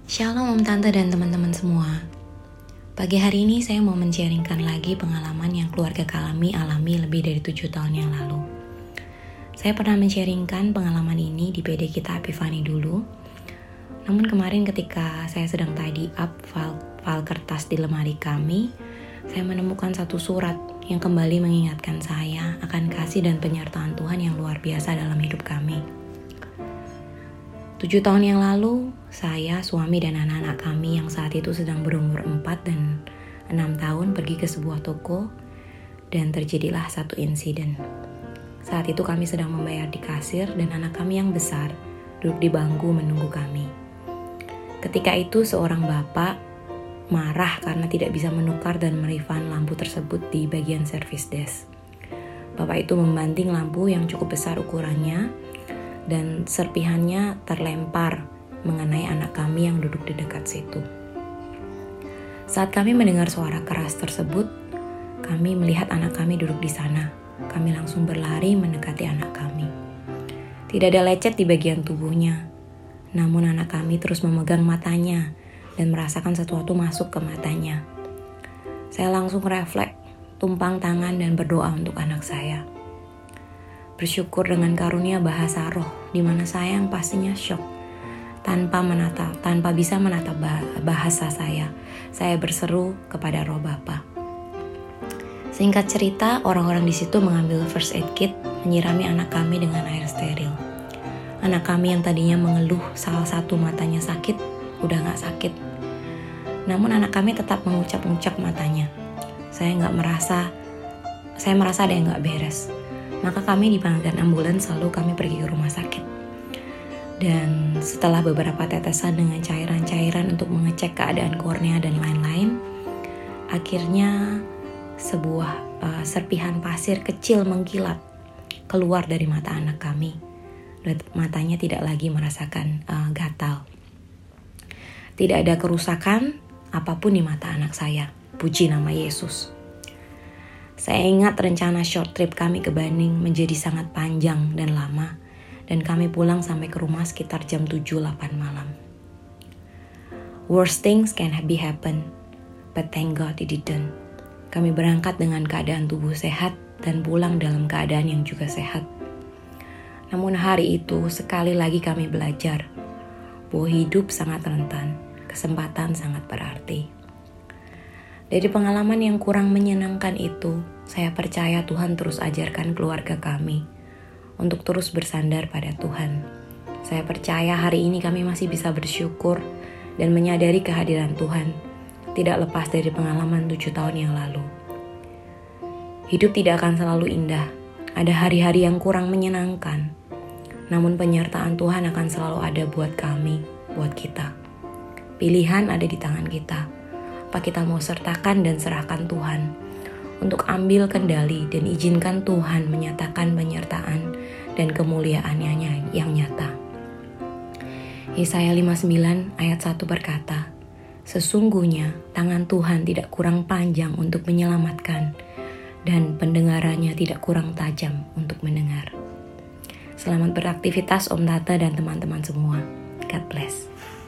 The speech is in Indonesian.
Shalom Om Tante dan teman-teman semua. Pagi hari ini saya mau men-sharingkan lagi pengalaman yang keluarga kami alami lebih dari 7 tahun yang lalu. Saya pernah men-sharingkan pengalaman ini di PD kita Epifani dulu. Namun kemarin ketika saya sedang tidy up file kertas di lemari kami, saya menemukan satu surat yang kembali mengingatkan saya akan kasih dan penyertaan Tuhan yang luar biasa dalam hidup kami. 7 tahun yang lalu, saya, suami, dan anak-anak kami yang saat itu sedang berumur 4 dan 6 tahun pergi ke sebuah toko dan terjadilah satu insiden. Saat itu kami sedang membayar di kasir dan anak kami yang besar duduk di bangku menunggu kami. Ketika itu seorang bapak marah karena tidak bisa menukar dan merefund lampu tersebut di bagian service desk. Bapak itu membanting lampu yang cukup besar ukurannya dan serpihannya terlempar mengenai anak kami yang duduk di dekat situ. Saat kami mendengar suara keras tersebut, kami melihat anak kami duduk di sana. Kami langsung berlari mendekati anak kami. Tidak ada lecet di bagian tubuhnya, namun anak kami terus memegang matanya dan merasakan sesuatu masuk ke matanya. Saya langsung refleks, tumpang tangan dan berdoa untuk anak saya. Bersyukur dengan karunia bahasa roh, di mana saya yang pastinya syok. Tanpa bisa menatap bahasa saya berseru kepada roh Bapa. Singkat cerita, orang-orang di situ mengambil first aid kit, menyirami anak kami dengan air steril. Anak kami yang tadinya mengeluh salah satu matanya sakit, udah gak sakit. Namun anak kami tetap mengucap-ngucap matanya. Saya merasa ada yang gak beres. Maka kami dipanggilkan ambulans, lalu kami pergi ke rumah sakit. Dan setelah beberapa tetesan dengan cairan-cairan untuk mengecek keadaan kornea dan lain-lain, akhirnya sebuah serpihan pasir kecil mengkilat keluar dari mata anak kami. Dan matanya tidak lagi merasakan gatal. Tidak ada kerusakan apapun di mata anak saya. Puji nama Yesus. Saya ingat rencana short trip kami ke Bandung menjadi sangat panjang dan lama, dan kami pulang sampai ke rumah sekitar jam 7-8 malam. Worst things can be happen, but thank God it didn't. Kami berangkat dengan keadaan tubuh sehat dan pulang dalam keadaan yang juga sehat. Namun hari itu sekali lagi kami belajar bahwa hidup sangat rentan, kesempatan sangat berarti. Dari pengalaman yang kurang menyenangkan itu, saya percaya Tuhan terus ajarkan keluarga kami untuk terus bersandar pada Tuhan. Saya percaya hari ini kami masih bisa bersyukur dan menyadari kehadiran Tuhan, tidak lepas dari pengalaman 7 tahun yang lalu. Hidup tidak akan selalu indah, ada hari-hari yang kurang menyenangkan, namun penyertaan Tuhan akan selalu ada buat kami, buat kita. Pilihan ada di tangan kita. Apa kita mau sertakan dan serahkan Tuhan untuk ambil kendali dan izinkan Tuhan menyatakan penyertaan dan kemuliaannya yang nyata. Yesaya 59 ayat 1 berkata, "Sesungguhnya tangan Tuhan tidak kurang panjang untuk menyelamatkan dan pendengarannya tidak kurang tajam untuk mendengar." Selamat beraktivitas Om Tante dan teman-teman semua. God bless.